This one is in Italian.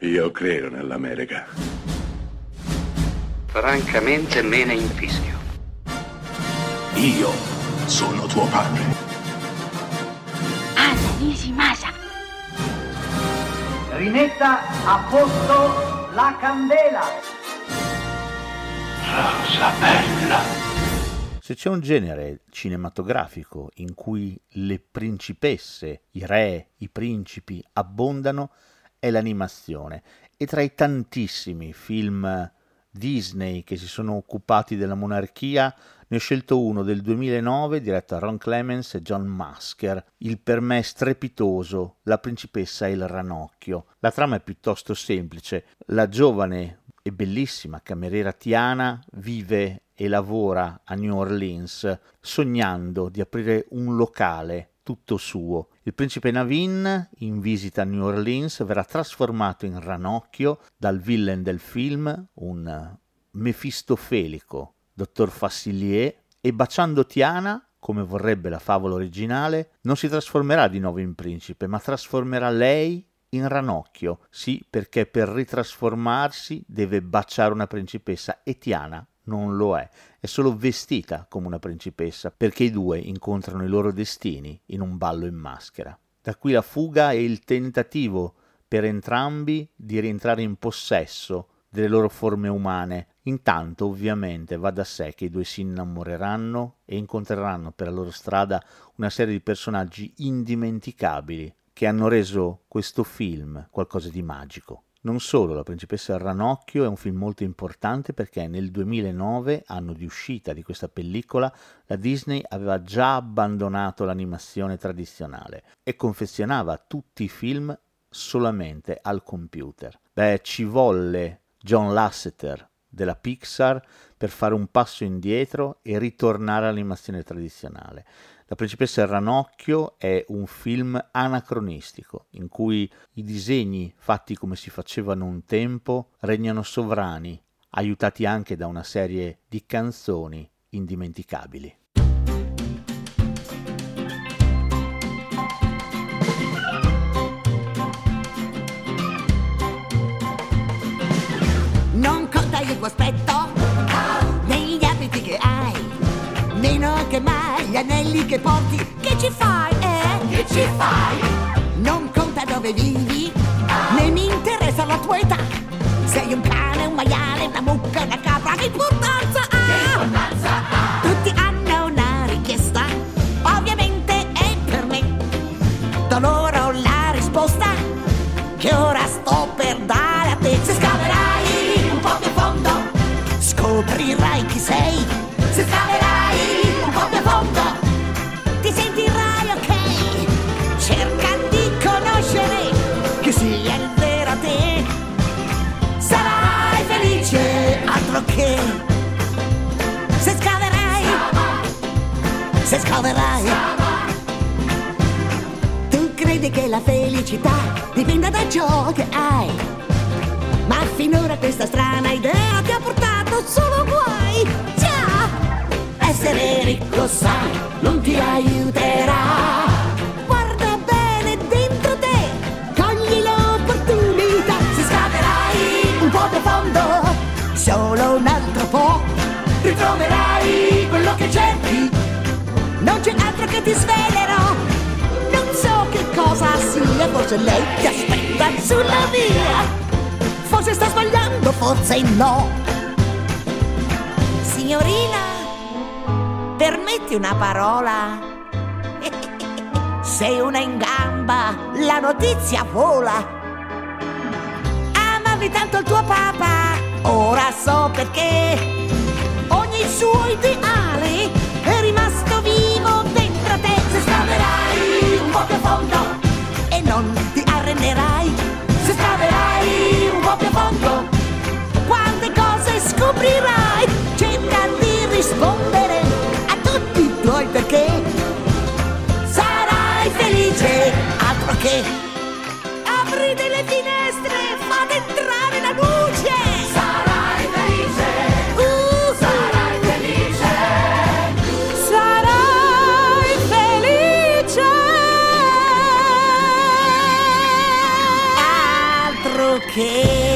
Io credo nell'America. Francamente me ne infischio. Io sono tuo padre. Anna Nishimasa. Rimetta a posto la candela. Rosa bella. Se c'è un genere cinematografico in cui le principesse, i re, i principi abbondano, è l'animazione. E tra i tantissimi film Disney che si sono occupati della monarchia, ne ho scelto uno del 2009 diretto da Ron Clements e John Musker, il per me strepitoso La principessa e il ranocchio. La trama è piuttosto semplice. La giovane e bellissima cameriera Tiana vive e lavora a New Orleans sognando di aprire un locale tutto suo. Il principe Naveen, in visita a New Orleans, verrà trasformato in ranocchio dal villain del film, un mefistofelico dottor Facilier, e baciando Tiana, come vorrebbe la favola originale, non si trasformerà di nuovo in principe, ma trasformerà lei in ranocchio. Sì, perché per ritrasformarsi deve baciare una principessa e Tiana non lo è solo vestita come una principessa, perché i due incontrano i loro destini in un ballo in maschera. Da qui la fuga e il tentativo per entrambi di rientrare in possesso delle loro forme umane. Intanto, ovviamente, va da sé che i due si innamoreranno e incontreranno per la loro strada una serie di personaggi indimenticabili che hanno reso questo film qualcosa di magico. Non solo, La principessa e il ranocchio è un film molto importante perché nel 2009, anno di uscita di questa pellicola, la Disney aveva già abbandonato l'animazione tradizionale e confezionava tutti i film solamente al computer. Ci volle John Lasseter della Pixar per fare un passo indietro e ritornare all'animazione tradizionale. La principessa e il ranocchio è un film anacronistico in cui i disegni fatti come si facevano un tempo regnano sovrani, aiutati anche da una serie di canzoni indimenticabili. Non conta il tuo aspetto, negli abiti che hai, meno che mai gli anelli che porti. Che ci fai, Che ci fai? Non conta dove vivi, né mi interessa la tua età. Sei un cane, un maiale, una mucca, una capra, che importanza ha? Che importanza ha? Tutti hanno una richiesta, ovviamente è per me. Do loro la risposta che ora sto per dare a te. Se scaverai un po' più a fondo, scoprirai chi sei. Se scaverai un po' più a fondo, ti sentirai ok. Cerca di conoscere chi sia il vero te. Sarai felice, altro che. Se scaverai, se scaverai. Tu credi che la felicità dipenda da ciò che hai, ma finora questa strana idea ti ha portato solo guai. Già, essere ricco sai non ti aiuterà. Guarda bene dentro te, cogli l'opportunità. Se scaverai un po' più a fondo, solo un altro po', ritroverai quello che cerchi. Non c'è altro che ti svelerò. Non so che cosa sia, forse lei ti aspetta sulla via. Forse sta sbagliando, forse no. Signorina, permetti una parola? Sei una in gamba, la notizia vola. Amavi tanto il tuo papà, ora so perché. Ogni suo ideale è rimasto vivo dentro te. Se scaverai un po' più a fondo e non ti arrenderai. Se scaverai un po' più a fondo, quante cose scoprirai. Cerca di rispondere a tutti i tuoi perché. Sarai felice, altro che. Aprite le finestre, fate entrare la luce. Sarai felice, sarai felice, sarai felice. che